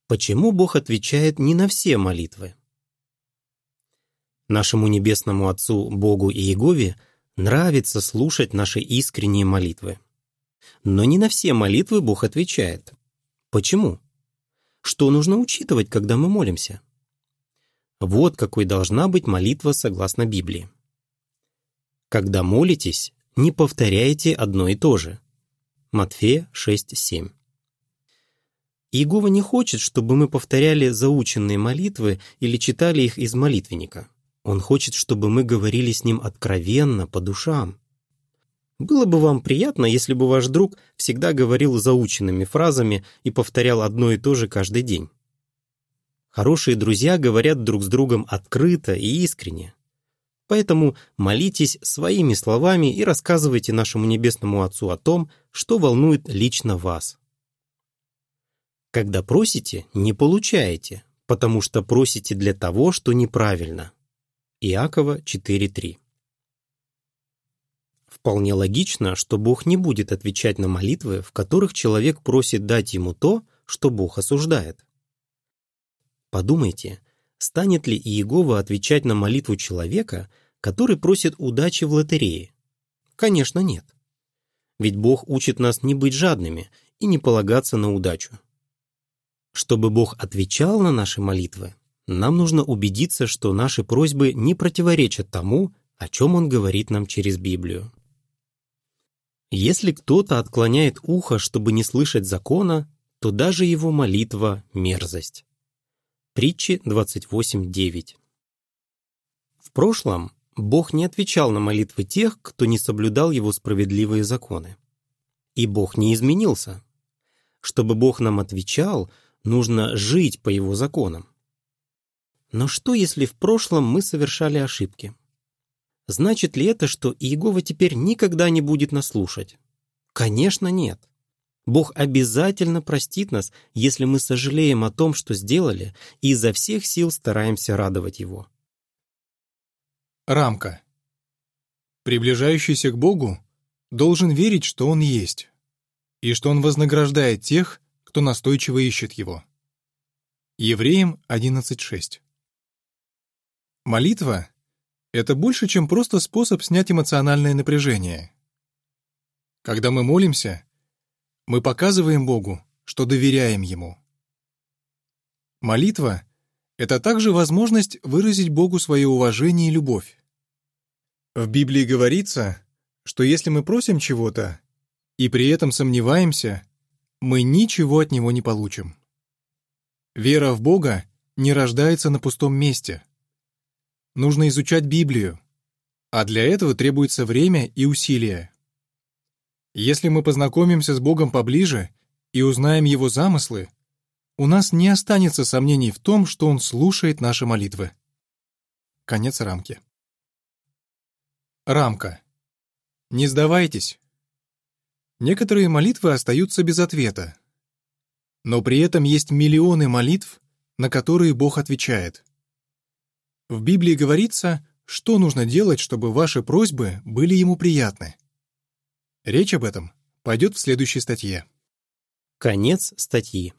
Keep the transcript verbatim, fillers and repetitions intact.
Почему Бог отвечает не на все молитвы? Нашему Небесному Отцу, Богу и Иегове нравится слушать наши искренние молитвы. Но не на все молитвы Бог отвечает. Почему? Что нужно учитывать, когда мы молимся? Вот какой должна быть молитва согласно Библии. Когда молитесь, не повторяйте одно и то же. Матфея шесть семь. Иегова не хочет, чтобы мы повторяли заученные молитвы или читали их из молитвенника. Он хочет, чтобы мы говорили с Ним откровенно, по душам. Было бы вам приятно, если бы ваш друг всегда говорил заученными фразами и повторял одно и то же каждый день. Хорошие друзья говорят друг с другом открыто и искренне. Поэтому молитесь своими словами и рассказывайте нашему Небесному Отцу о том, что волнует лично вас. Когда просите, не получаете, потому что просите для того, что неправильно. Иакова четыре три. Вполне логично, что Бог не будет отвечать на молитвы, в которых человек просит дать ему то, что Бог осуждает. Подумайте, станет ли Иегова отвечать на молитву человека, который просит удачи в лотерее? Конечно, нет. Ведь Бог учит нас не быть жадными и не полагаться на удачу. Чтобы Бог отвечал на наши молитвы, нам нужно убедиться, что наши просьбы не противоречат тому, о чем Он говорит нам через Библию. Если кто-то отклоняет ухо, чтобы не слышать закона, то даже его молитва — мерзость. Притчи двадцать восемь девять. В прошлом Бог не отвечал на молитвы тех, кто не соблюдал Его справедливые законы. И Бог не изменился. Чтобы Бог нам отвечал, нужно жить по Его законам. Но что, если в прошлом мы совершали ошибки? Значит ли это, что Иегова теперь никогда не будет нас слушать? Конечно, нет. Бог обязательно простит нас, если мы сожалеем о том, что сделали, и изо всех сил стараемся радовать Его. Рамка. Приближающийся к Богу должен верить, что Он есть, и что Он вознаграждает тех, кто настойчиво ищет Его. Евреям одиннадцать шесть. Молитва — это больше, чем просто способ снять эмоциональное напряжение. Когда мы молимся, мы показываем Богу, что доверяем Ему. Молитва — это также возможность выразить Богу свое уважение и любовь. В Библии говорится, что если мы просим чего-то и при этом сомневаемся, мы ничего от Него не получим. Вера в Бога не рождается на пустом месте. Нужно изучать Библию, а для этого требуется время и усилия. Если мы познакомимся с Богом поближе и узнаем Его замыслы, у нас не останется сомнений в том, что Он слушает наши молитвы. Конец рамки. Рамка. Не сдавайтесь. Некоторые молитвы остаются без ответа, но при этом есть миллионы молитв, на которые Бог отвечает. В Библии говорится, что нужно делать, чтобы ваши просьбы были Ему приятны. Речь об этом пойдет в следующей статье. Конец статьи.